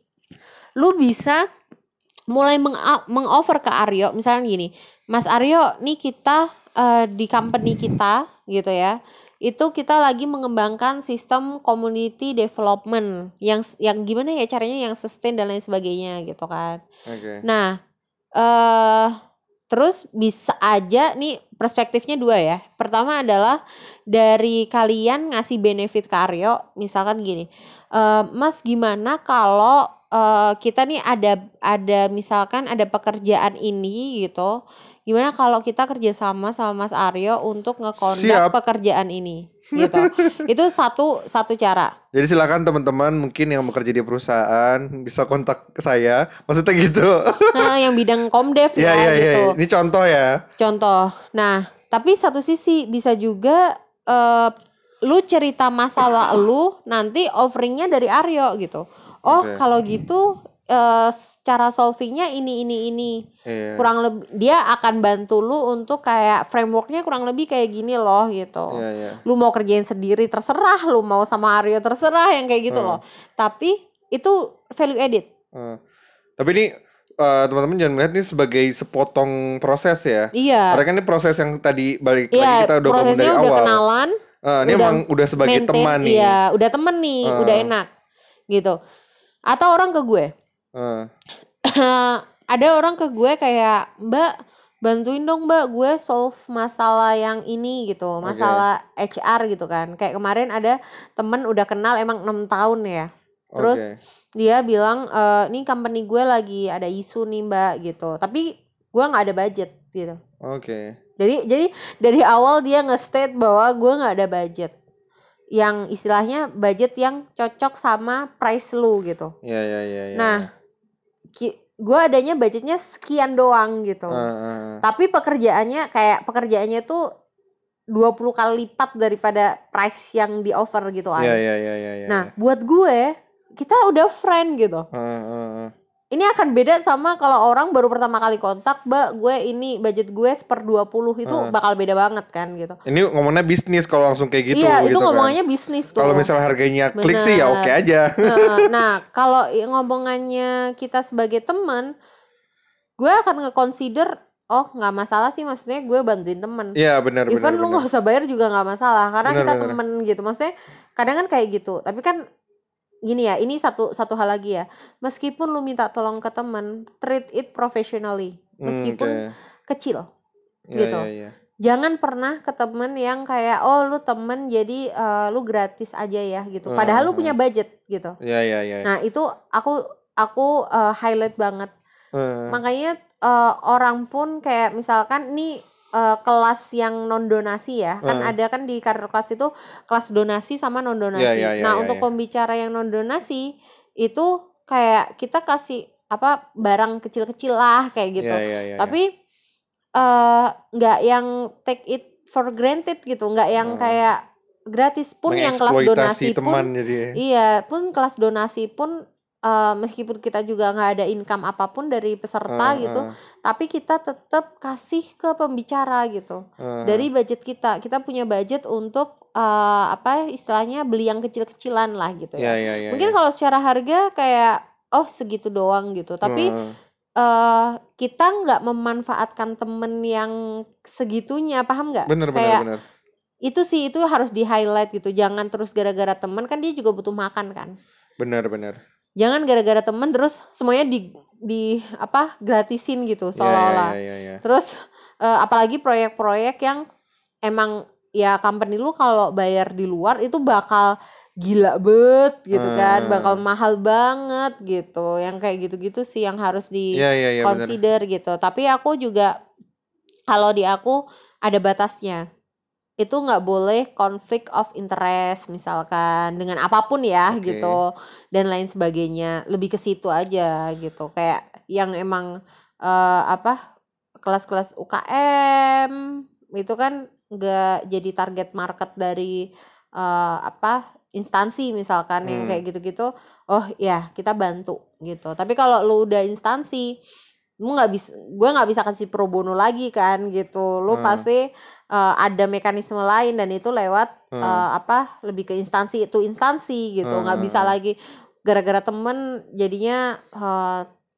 lu bisa mulai meng- meng-offer ke Aryo, misalnya gini, Mas Aryo, nih kita uh, di company kita gitu ya, itu kita lagi mengembangkan sistem community development yang yang gimana ya caranya yang sustain dan lain sebagainya gitu kan. Oke. Nah, eh terus bisa aja nih perspektifnya dua ya. Pertama adalah dari kalian ngasih benefit ke Aryo, misalkan gini, e, Mas gimana kalau uh, kita nih ada ada misalkan ada pekerjaan ini gitu, gimana kalau kita kerjasama sama Mas Aryo untuk ngekondak pekerjaan ini gitu. Itu satu satu cara. Jadi silakan teman-teman mungkin yang bekerja di perusahaan bisa kontak ke saya, maksudnya gitu. Nah, yang bidang komdev ya, ya gitu. Ya. Ini contoh ya. Contoh. Nah, tapi satu sisi bisa juga uh, lu cerita masalah lu, nanti offeringnya dari Aryo gitu. Oh okay. Kalau gitu uh, cara solvingnya ini ini ini yeah. Kurang lebih dia akan bantu lu untuk kayak frameworknya kurang lebih kayak gini loh gitu. yeah, yeah. Lu mau kerjain sendiri terserah, lu mau sama Aryo terserah, yang kayak gitu uh. loh. Tapi itu value added. uh. Tapi ini uh, teman-teman jangan melihat ini sebagai sepotong proses ya. Iya. Karena kan ini proses yang tadi balik iya, lagi kita udah ngomong dari udah awal. Kenalan, uh, ini udah emang udah sebagai maintain, teman nih. Iya, udah temen nih, uh. udah enak gitu. Atau orang ke gue uh. ada orang ke gue kayak, Mbak bantuin dong Mbak gue solve masalah yang ini gitu, masalah okay. H R gitu kan. Kayak kemarin ada temen udah kenal emang enam tahun ya. Terus okay. dia bilang, e, nih company gue lagi ada isu nih Mbak gitu, tapi gue gak ada budget gitu. Oke okay. Jadi jadi dari awal dia nge-state bahwa gue gak ada budget, yang istilahnya budget yang cocok sama price lu gitu. Iya iya iya. Nah, ki- gue adanya budgetnya sekian doang gitu. Uh, uh. Tapi pekerjaannya kayak pekerjaannya tuh dua puluh kali lipat daripada price yang di offer gitu. Iya iya iya iya. Nah, buat gue kita udah friend gitu. Uh, uh, uh. Ini akan beda sama kalau orang baru pertama kali kontak, Mbak gue ini budget gue seper dua puluh, itu uh. bakal beda banget kan gitu. Ini ngomongnya bisnis kalau langsung kayak gitu. Iya, gitu itu kan. ngomongannya bisnis tuh. Kalau misalnya harganya klik sih ya oke aja. Nah, nah kalau ngomongannya kita sebagai teman, gue akan nge-consider, oh gak masalah sih, maksudnya gue bantuin temen. Iya benar. Even benar, lu benar. gak usah bayar juga gak masalah, karena benar, kita benar. temen gitu. Maksudnya kadang kan kayak gitu, tapi kan gini ya, ini satu satu hal lagi ya. Meskipun lu minta tolong ke temen, treat it professionally. Meskipun hmm, okay. kecil ya, gitu. Ya, ya. Jangan pernah ke temen yang kayak, oh lu temen jadi uh, lu gratis aja ya gitu. Padahal uh, lu punya budget gitu. Iya iya iya. Nah, itu aku aku uh, highlight banget. Uh. Makanya uh, orang pun kayak misalkan nih Uh, kelas yang non donasi ya, kan uh. ada kan di karir kelas itu kelas donasi sama non donasi. Yeah, yeah, yeah, nah yeah, untuk yeah. pembicara yang non donasi itu kayak kita kasih apa barang kecil-kecil lah kayak gitu. Yeah, yeah, yeah, Tapi nggak uh, yang take it for granted gitu, nggak yang uh. kayak gratis pun yang kelas donasi pun. Jadi. Iya pun kelas donasi pun. Uh, meskipun kita juga nggak ada income apapun dari peserta uh, gitu, uh. tapi kita tetap kasih ke pembicara gitu uh. dari budget kita. Kita punya budget untuk uh, apa istilahnya beli yang kecil-kecilan lah gitu ya. Yeah, yeah, yeah, Mungkin yeah. kalau secara harga kayak oh segitu doang gitu, tapi uh. Uh, kita nggak memanfaatkan temen yang segitunya, paham nggak? Bener, kayak bener, bener. Itu sih itu harus di highlight gitu. Jangan terus gara-gara temen, kan dia juga butuh makan kan. Benar-benar. Jangan gara-gara temen terus semuanya di di apa gratisin gitu seolah-olah. Yeah, yeah, yeah, yeah. Terus uh, apalagi proyek-proyek yang emang ya company lu kalau bayar di luar itu bakal gila bet gitu uh, kan, bakal mahal banget gitu. Yang kayak gitu-gitu sih yang harus di yeah, yeah, yeah, consider bener. Gitu. Tapi aku juga kalau di aku ada batasnya. Itu nggak boleh conflict of interest misalkan dengan apapun ya okay. gitu dan lain sebagainya, lebih ke situ aja gitu. Kayak yang emang uh, apa kelas-kelas U K M itu kan nggak jadi target market dari uh, apa instansi misalkan hmm. yang kayak gitu-gitu, oh ya kita bantu gitu. Tapi kalau lu udah instansi, lu nggak bisa, gue nggak bisa kasih pro bono lagi kan gitu. Lu hmm. pasti Uh, ada mekanisme lain dan itu lewat hmm. uh, apa lebih ke instansi itu instansi gitu, nggak hmm. bisa lagi gara-gara temen jadinya uh,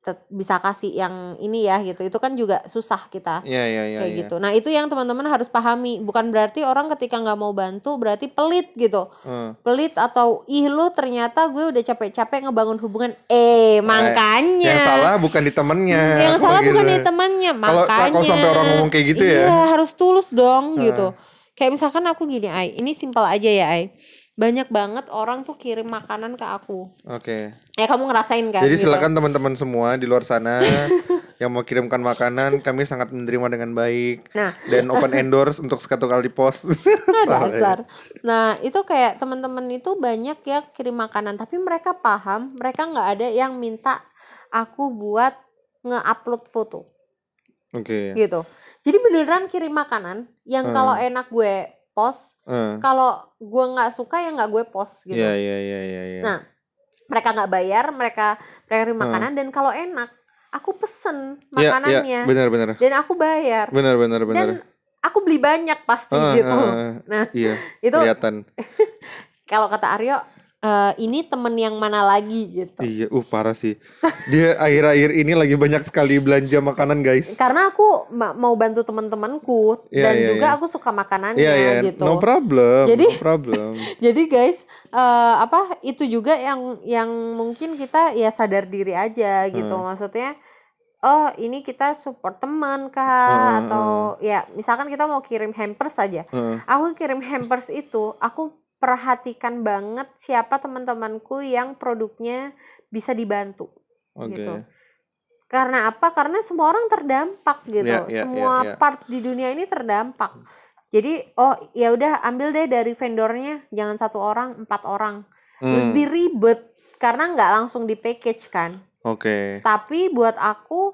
tet- bisa kasih yang ini ya gitu. Itu kan juga susah kita Iya iya iya. kayak iya. gitu. Nah itu yang teman-teman harus pahami. Bukan berarti orang ketika nggak mau bantu berarti pelit gitu. Hmm. Pelit atau ih lu ternyata gue udah capek-capek ngebangun hubungan. Eh makanya. Yang salah bukan di temennya. Yang salah gitu. bukan di temannya. Kalau Makanya. kalau sampai orang ngomong kayak gitu ya. Iya harus tulus dong gitu. Kayak misalkan aku gini Ai. Ini simpel aja ya Ai. Banyak banget orang tuh kirim makanan ke aku. Oke. Ya kamu ngerasain kan? Jadi gitu. silakan teman-teman semua di luar sana yang mau kirimkan makanan, kami sangat menerima dengan baik. Nah. Dan open endorse untuk satu kali post. Dasar. Nah itu kayak teman-teman itu banyak ya kirim makanan, tapi mereka paham, mereka nggak ada yang minta aku buat nge-upload foto. Oke. Gitu. Jadi beneran kirim makanan yang Hmm. kalau enak gue post, Hmm. kalau gue nggak suka ya nggak gue post gitu. Iya iya iya iya. iya. Nah mereka nggak bayar, mereka mereka kirim makanan dan kalau enak aku pesen Iya, makanannya iya, benar benar. dan aku bayar Benar benar benar. dan aku beli banyak pasti Ah, gitu. ah, ah. Nah Iya. itu Kelihatan. kalau kata Aryo eh, ini temen yang mana lagi gitu. Iya, uh parah sih. Dia akhir-akhir ini lagi banyak sekali belanja makanan, guys. Karena aku ma- mau bantu teman-temanku Iya, dan iya, juga iya. aku suka makanannya Iya, iya. gitu. No problem. Jadi- no problem. Jadi guys, eh, apa itu juga yang yang mungkin kita ya sadar diri aja gitu. Hmm. Maksudnya oh ini kita support teman kah Hmm, atau ya misalkan kita mau kirim hampers saja. Heeh. Aku kirim hampers itu aku perhatikan banget siapa teman-temanku yang produknya bisa dibantu. Oke. Gitu. Karena apa? Karena semua orang terdampak gitu. Iya, iya, Semua iya, iya. part di dunia ini terdampak. Jadi oh ya udah ambil deh dari vendornya, jangan satu orang, empat orang. Hmm. Lebih ribet karena nggak langsung di package kan. Oke. Tapi buat aku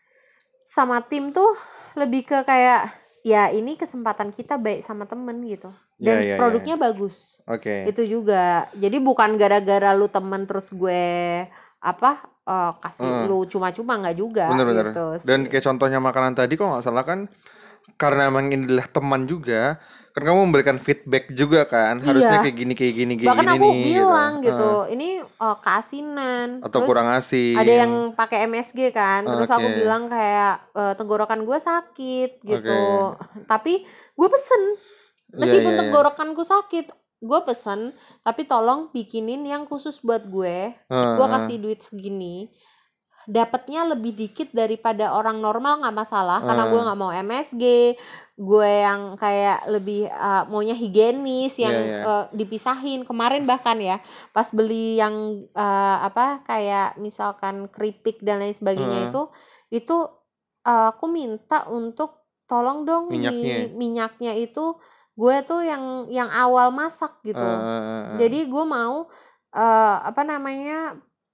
sama tim tuh lebih ke kayak ya ini kesempatan kita baik sama temen gitu. Dan Iya, iya, produknya bagus. Oke. Itu juga. Jadi bukan gara-gara lu temen terus gue apa eh, kasih Heeh. lu cuma-cuma nggak juga Bener-bener. gitu. Dan kayak contohnya makanan tadi kok nggak salah kan, karena emang ini adalah teman juga, kan kamu memberikan feedback juga kan, harusnya Iya. kayak gini kayak gini kayak Bahkan gini aku nih, bilang gitu, Heeh. ini eh, keasinan. Atau Terus kurang asin. ada yang pakai M S G kan, terus aku Oke. bilang kayak eh, tenggorokan gue sakit gitu. Oke. Tapi gue pesen, Iya, meskipun iya, iya. tenggorokanku sakit, gue pesen. Tapi tolong bikinin yang khusus buat gue. Heeh. Gue kasih duit segini, dapatnya lebih dikit daripada orang normal nggak masalah, karena Heeh. gue nggak mau M S G. Gue yang kayak lebih uh, maunya higienis yang Iya, iya. uh, dipisahin. Kemarin bahkan ya pas beli yang uh, apa kayak misalkan keripik dan lain sebagainya Heeh. itu itu uh, aku minta untuk tolong dong Minyaknya. di minyaknya itu gue tuh yang yang awal masak gitu. Heeh. Jadi gue mau uh, apa namanya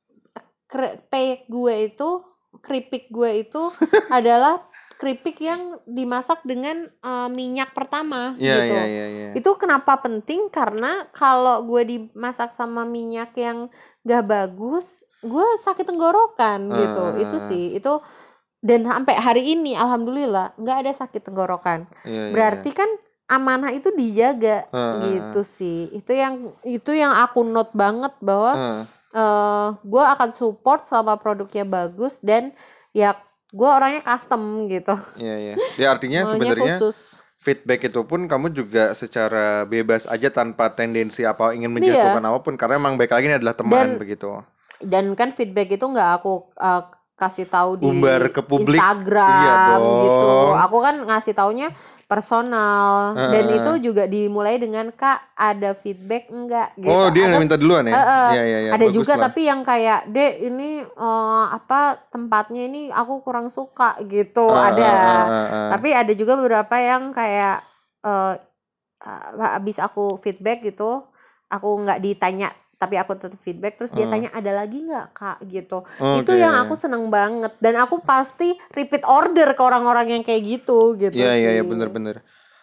kre- peyek gue itu keripik gue itu adalah keripik yang dimasak dengan uh, minyak pertama Iya gitu. iya iya iya. Itu kenapa penting? Karena kalau gue dimasak sama minyak yang gak bagus, gue sakit tenggorokan gitu. Ah. Itu sih, itu dan sampai hari ini alhamdulillah nggak ada sakit tenggorokan. Iya, iya, Berarti kan amanah itu dijaga Ah. gitu sih. Itu yang itu yang aku note banget bahwa Heeh. eh gue akan support selama produknya bagus dan ya gue orangnya custom gitu. Iya iya. Ya artinya Maunya sebenarnya khusus. feedback itu pun kamu juga secara bebas aja tanpa tendensi apa ingin Iya. menjatuhkan apapun, karena emang baik lagi ini adalah teman Dan- begitu. Dan kan feedback itu nggak aku uh, kasih tahu di Umbar ke publik. Instagram Iya dong. gitu. Aku kan ngasih taunya personal dan Heeh. itu juga dimulai dengan Kak ada feedback enggak gitu. Oh, dia Ada yang minta duluan ya? Heeh. Iya iya iya. ada bagus juga lah. tapi yang kayak Dek ini eh, apa tempatnya ini aku kurang suka gitu Ah, ada. ah, ah, ah, ah. Tapi ada juga beberapa yang kayak eh uh, habis aku feedback gitu, aku nggak ditanya tapi aku tetap feedback terus dia Ah. tanya ada lagi nggak Kak gitu. Oke. Itu yang aku seneng banget dan aku pasti repeat order ke orang-orang yang kayak gitu gitu Iya iya iya sih. bener-bener.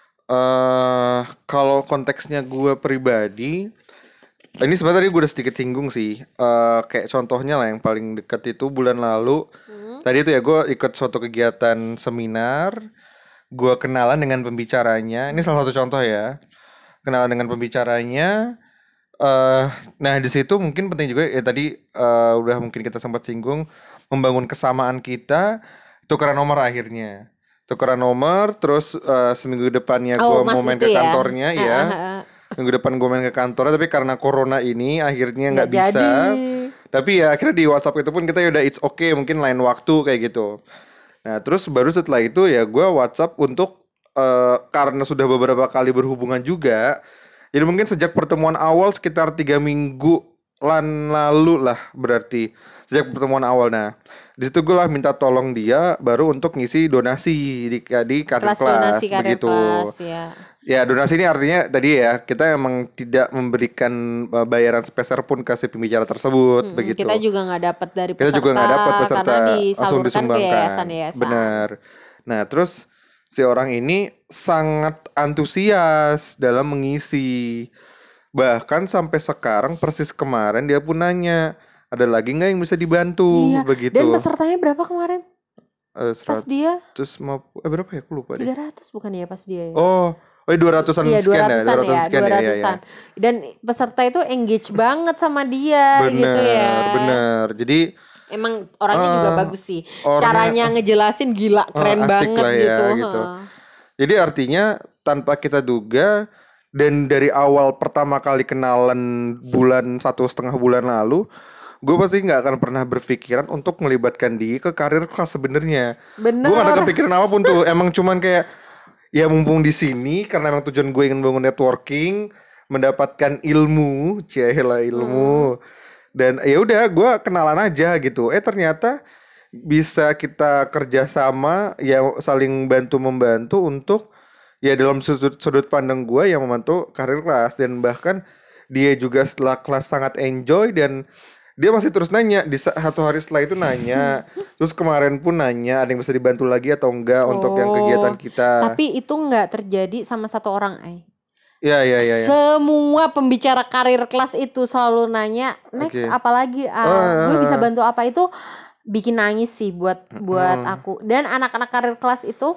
Eh kalau konteksnya gue pribadi, ini sebenarnya tadi gue udah sedikit singgung sih. Eh kayak contohnya lah yang paling dekat itu bulan lalu. Hmm. Tadi itu ya gue ikut suatu kegiatan seminar, gue kenalan dengan pembicaranya. Ini salah satu contoh ya. Kenalan dengan pembicaranya. Eh nah di situ mungkin penting juga ya tadi eh, udah mungkin kita sempat singgung membangun kesamaan kita, tukeran nomor akhirnya. Tukeran nomor, terus uh, seminggu depannya Oh, gue mau Mas main itu ke ya? kantornya, Eh, ya. eh, eh. Minggu depan gue main ke kantornya, tapi karena corona ini akhirnya nggak Nggak bisa. jadi. Tapi ya akhirnya di WhatsApp itu pun kita udah it's okay, mungkin lain waktu kayak gitu. Nah terus baru setelah itu ya gue WhatsApp untuk uh, karena sudah beberapa kali berhubungan juga. Jadi mungkin sejak pertemuan awal sekitar tiga minggu lan lalu lah berarti sejak pertemuan awal. Nah di situ gue lah minta tolong dia baru untuk ngisi donasi di di karir Kelas kelas, donasi karir begitu. kelas ya. Ya donasi ini artinya tadi ya kita emang tidak memberikan uh, bayaran sepeser pun ke si pembicara tersebut, Mm-mm, begitu. kita juga nggak dapat dari Kita peserta juga nggak dapat peserta karena langsung disalurkan ke disumbangkan. yayasan-yayasan. Benar. Nah terus si orang ini sangat antusias dalam mengisi. Bahkan sampai sekarang persis kemarin dia pun nanya ada lagi nggak yang bisa dibantu, Iya. begitu. Dan pesertanya berapa kemarin? Eh, Pas dia seratus mau eh berapa ya? Aku lupa deh. tiga ratus bukan ya pas dia ya? Oh, oh dua ratusan Iya, dua sekian ya, ratusan ya, sekian dua ya, ya, ratusan. ya. Dan peserta itu engage banget sama dia Bener, gitu ya. bener. Jadi Emang orangnya uh, juga bagus sih. orangnya, Caranya ngejelasin gila, keren uh, asik banget lah ya, gitu. gitu. Heeh. Jadi artinya tanpa kita duga dan dari awal pertama kali kenalan bulan satu setengah bulan lalu, gue pasti nggak akan pernah berpikiran untuk melibatkan dia ke karir kelas sebenarnya. Bener. Gue gak ada kepikiran apapun tuh. Emang cuman kayak ya mumpung di sini karena emang tujuan gue ingin bangun networking, mendapatkan ilmu, cahila ilmu. Hmm. Dan ya udah gue kenalan aja gitu. Eh ternyata bisa kita kerjasama ya saling bantu membantu untuk ya dalam sudut sudut pandang gue yang membantu karir kelas. Dan bahkan dia juga setelah kelas sangat enjoy dan dia masih terus nanya di satu hari setelah itu nanya. Terus kemarin pun nanya ada yang bisa dibantu lagi atau enggak oh, untuk yang kegiatan kita. Tapi itu enggak terjadi sama satu orang, Ay. Ya, ya, ya, ya. Semua pembicara karir kelas itu selalu nanya, next okay. apa lagi? Ah, uh, gue bisa bantu apa? Itu bikin nangis sih buat buat uh. aku. Dan anak-anak karir kelas itu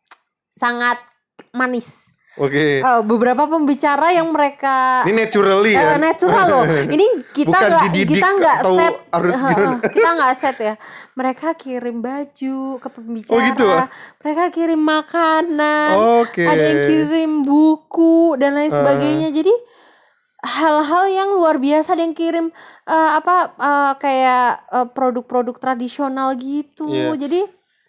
sangat manis. Oke. Okay. Uh, beberapa pembicara yang mereka ini naturally ya. Uh, natural loh. Ini kita nggak kita nggak set. Harus uh, kita nggak set ya. Mereka kirim baju ke pembicara. Oh gitu. Mereka kirim makanan. Okay. Ada yang kirim buku dan lain sebagainya. Uh. Jadi hal-hal yang luar biasa. Ada yang kirim uh, apa uh, kayak uh, produk-produk tradisional gitu. Yeah. Jadi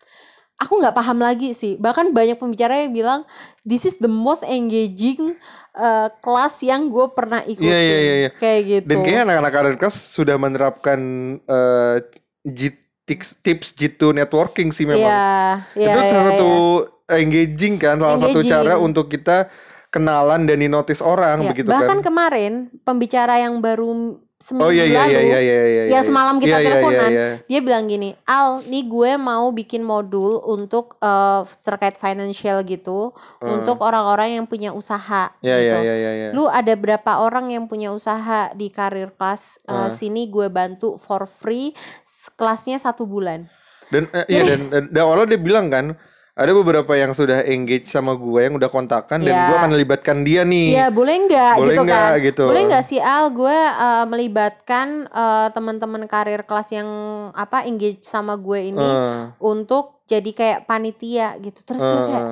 aku nggak paham lagi sih. Bahkan banyak pembicara yang bilang this is the most engaging uh, kelas yang gue pernah ikutin. Iya, iya, iya. Kayak gitu. Dan kayaknya anak-anak karir kelas sudah menerapkan uh, G, tips, tips G two networking sih memang. Iya, itu iya, salah satu iya. engaging kan, salah engaging. Satu cara untuk kita kenalan dan di-notice orang ya, begitu bahkan kan. Bahkan kemarin pembicara yang baru seminggu oh, iya, iya, lalu iya, iya, iya, iya, ya semalam kita iya, teleponan iya, iya. Dia bilang gini, Al, nih gue mau bikin modul untuk uh, terkait financial gitu uh. untuk orang-orang yang punya usaha yeah, gitu. yeah, yeah, yeah, yeah. Lu ada berapa orang yang punya usaha di karir kelas uh, uh. sini gue bantu for free, kelasnya satu bulan. Dan uh, iya dan, dan, dan awalnya dia bilang kan ada beberapa yang sudah engage sama gue yang udah kontakan ya. Dan gue akan melibatkan dia nih. Iya boleh nggak boleh gitu gak, kan? Gitu. Boleh nggak sih Al gue uh, melibatkan uh, teman-teman karir kelas yang apa engage sama gue ini uh. untuk jadi kayak panitia gitu. Terus uh. gue kayak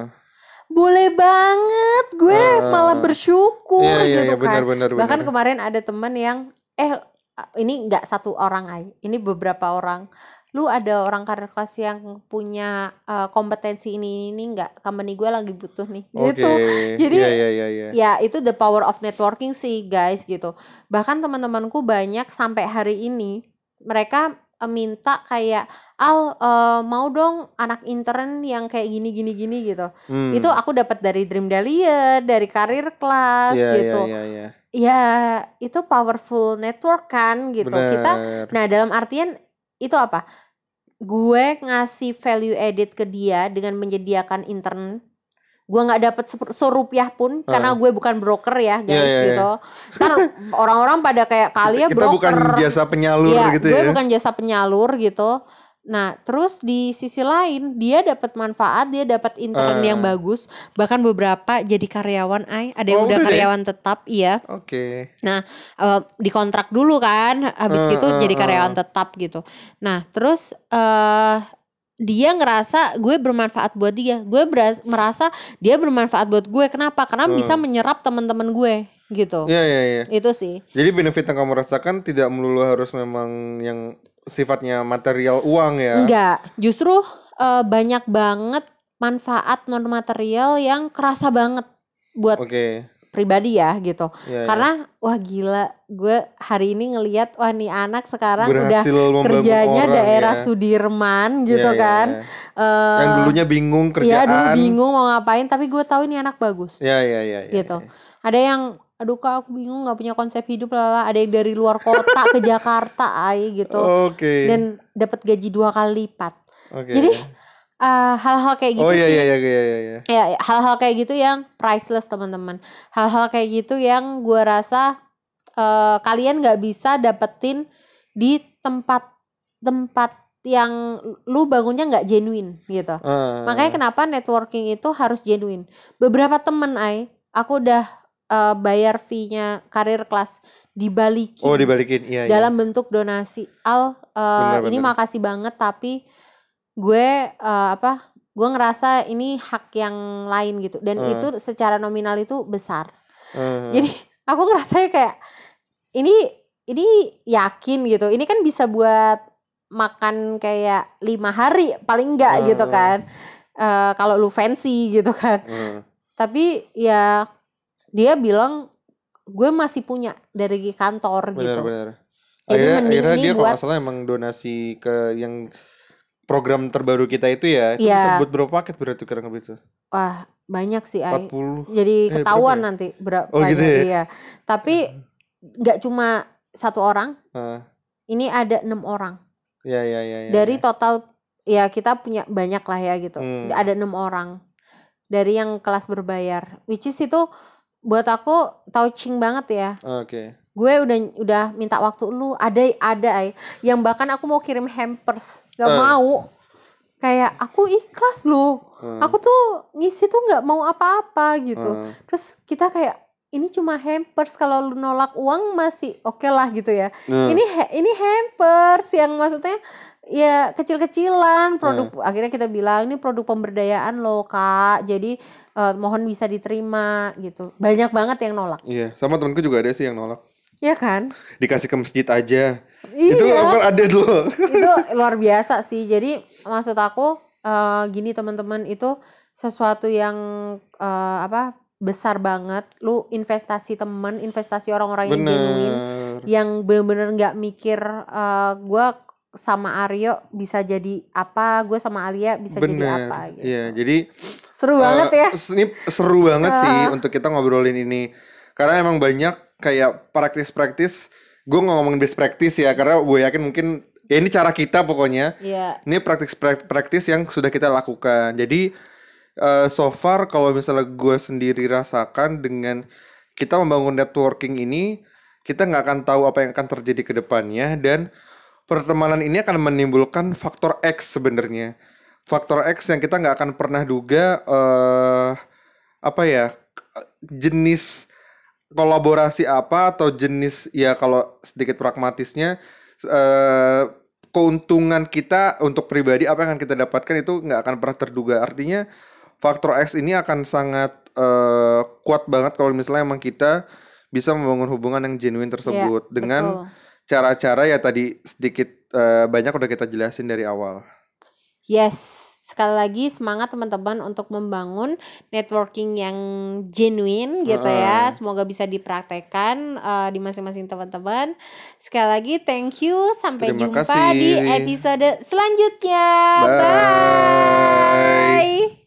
boleh banget, gue uh. malah bersyukur yeah, gitu yeah, kan. Bener, bener, Bahkan bener. Kemarin ada teman yang eh ini nggak satu orang ay, ini beberapa orang. Lu ada orang karir kelas yang punya uh, kompetensi ini ini nggak, company gue lagi butuh nih gitu. Okay. Jadi yeah, yeah, yeah, yeah. ya itu the power of networking sih guys gitu. Bahkan teman-temanku banyak sampai hari ini mereka uh, minta kayak Al uh, mau dong anak intern yang kayak gini gini gini gitu. Hmm. Itu aku dapat dari Dream Dahlia, dari karir kelas yeah, gitu. Yeah, yeah, yeah. Ya itu powerful network kan gitu. Bener. Kita nah dalam artian itu apa? Gue ngasih value added ke dia dengan menyediakan intern. Gue nggak dapat serupiah pun uh. karena gue bukan broker ya guys yeah, yeah, gitu. Kan orang-orang pada kayak kali ya broker. Kita bukan jasa penyalur ya, gitu gue ya. Gue bukan jasa penyalur gitu. Nah, terus di sisi lain dia dapat manfaat, dia dapat intern Ah. yang bagus, bahkan beberapa jadi karyawan, ay, ada yang Oh, udah udah deh. karyawan tetap, iya. Oke. Nah, eh, dikontrak dulu kan, habis Ah, gitu ah, jadi ah. karyawan tetap gitu. Nah, terus eh dia ngerasa gue bermanfaat buat dia, gue beras- merasa dia bermanfaat buat gue. Kenapa? Karena bisa Hmm. menyerap teman-teman gue gitu. Iya, iya, iya. Itu sih. Jadi benefit yang kamu rasakan tidak melulu harus memang yang sifatnya material uang ya. Enggak, justru eh, banyak banget manfaat non material yang kerasa banget buat Oke. pribadi ya gitu. Iya, iya. Karena wah gila, gue hari ini ngelihat wah nih anak sekarang udah Berhasil membangun kerjanya orang daerah ya. Sudirman gitu Iya, iya, kan. iya. Eh, Yang dulunya bingung Iya kerjaan. dulu bingung mau ngapain, tapi gue tahu ini anak bagus Iya, iya, iya, iya, gitu. iya. Ada yang aduh kak aku bingung nggak punya konsep hidup lala. Ada yang dari luar kota ke Jakarta ay gitu. Oke. Dan dapat gaji dua kali lipat. Oke. Jadi eh, hal-hal kayak gitu Oh iya, sih. iya, iya, iya, iya, iya. Ya, ya, hal-hal kayak gitu yang priceless teman-teman. Hal-hal kayak gitu yang gue rasa eh, kalian nggak bisa dapetin di tempat-tempat yang lu bangunnya nggak genuine gitu. Ah. Makanya kenapa networking itu harus genuine. Beberapa temen ay, aku udah eh, bayar fee-nya karir kelas dibalikin Oh dibalikin, iya, iya. dalam bentuk donasi. Al, eh, Bener, ini bener. makasih banget tapi gue eh, apa? Gue ngerasa ini hak yang lain gitu dan Ah. itu secara nominal itu besar. Ah. Jadi aku ngerasanya kayak ini ini yakin gitu. Ini kan bisa buat makan kayak lima hari paling enggak Ah. gitu kan. Eh, kalau lu fancy gitu kan. Ah. Tapi ya dia bilang gue masih punya dari kantor Benar, gitu. benar. Jadi Akhirnya, mending akhirnya ini dia kalau buat nggak salah emang donasi ke yang program terbaru kita itu ya. Itu Iya. bisa buat berapa paket berarti kurang lebih itu? wah banyak sih ay. empat puluh. Jadi Eh, ketahuan berapa ya? nanti berapa Oh, gitu ya? iya. Tapi nggak cuma satu orang, Ah. ini ada enam orang. Ya, ya, ya, ya. Dari ya. total ya kita punya banyak lah ya gitu. Hmm. Ada enam orang dari yang kelas berbayar. Which is itu buat aku touching banget ya. Oke. Gue udah udah minta waktu lu ada ada ay. Yang bahkan aku mau kirim hampers, nggak Eh. mau. Kayak aku ikhlas loh. Hmm. Aku tuh ngisi tuh nggak mau apa-apa gitu. Hmm. Terus kita kayak ini cuma hampers, kalau lu nolak uang masih oke okay lah gitu ya. Hmm. Ini ha- ini hampers yang maksudnya ya kecil-kecilan produk. Akhirnya kita bilang ini produk pemberdayaan loh kak. Jadi eh, mohon bisa diterima gitu. Banyak banget yang nolak. Iya, sama temanku juga ada sih yang nolak. Ya kan? Dikasih ke masjid aja. Iya. Itu apa ada tuh? Itu luar biasa sih. Jadi maksud aku eh, gini teman-teman, itu sesuatu yang eh, apa besar banget. Lu investasi temen, investasi orang-orang yang genuine, Bener. yang bener-bener nggak mikir eh, gue sama Aryo bisa jadi apa, gue sama Alia bisa jadi Bener. apa gitu. Iya, jadi Seru banget ya. Eh, Ini seru banget Ah. sih untuk kita ngobrolin ini. Karena emang banyak kayak praktis-praktis. Gue nggak ngomongin best practice ya, karena gue yakin mungkin ya ini cara kita pokoknya. Iya. Ini praktis-praktis yang sudah kita lakukan. Jadi eh, so far kalau misalnya gue sendiri rasakan dengan kita membangun networking ini, kita nggak akan tahu apa yang akan terjadi ke depannya, dan pertemanan ini akan menimbulkan faktor X sebenarnya. Faktor X yang kita nggak akan pernah duga eh apa ya, jenis kolaborasi apa atau jenis ya kalau sedikit pragmatisnya eh keuntungan kita untuk pribadi apa yang akan kita dapatkan itu nggak akan pernah terduga. Artinya faktor X ini akan sangat eh, kuat banget kalau misalnya emang kita bisa membangun hubungan yang genuine tersebut Iya, dengan betul. cara-cara ya tadi sedikit eh, banyak udah kita jelasin dari awal. Yes, sekali lagi semangat teman-teman untuk membangun networking yang genuine gitu ya. Heeh. Semoga bisa dipraktekkan eh, di masing-masing teman-teman. Sekali lagi thank you, sampai Terima jumpa kasih. di episode selanjutnya. Bye. Bye.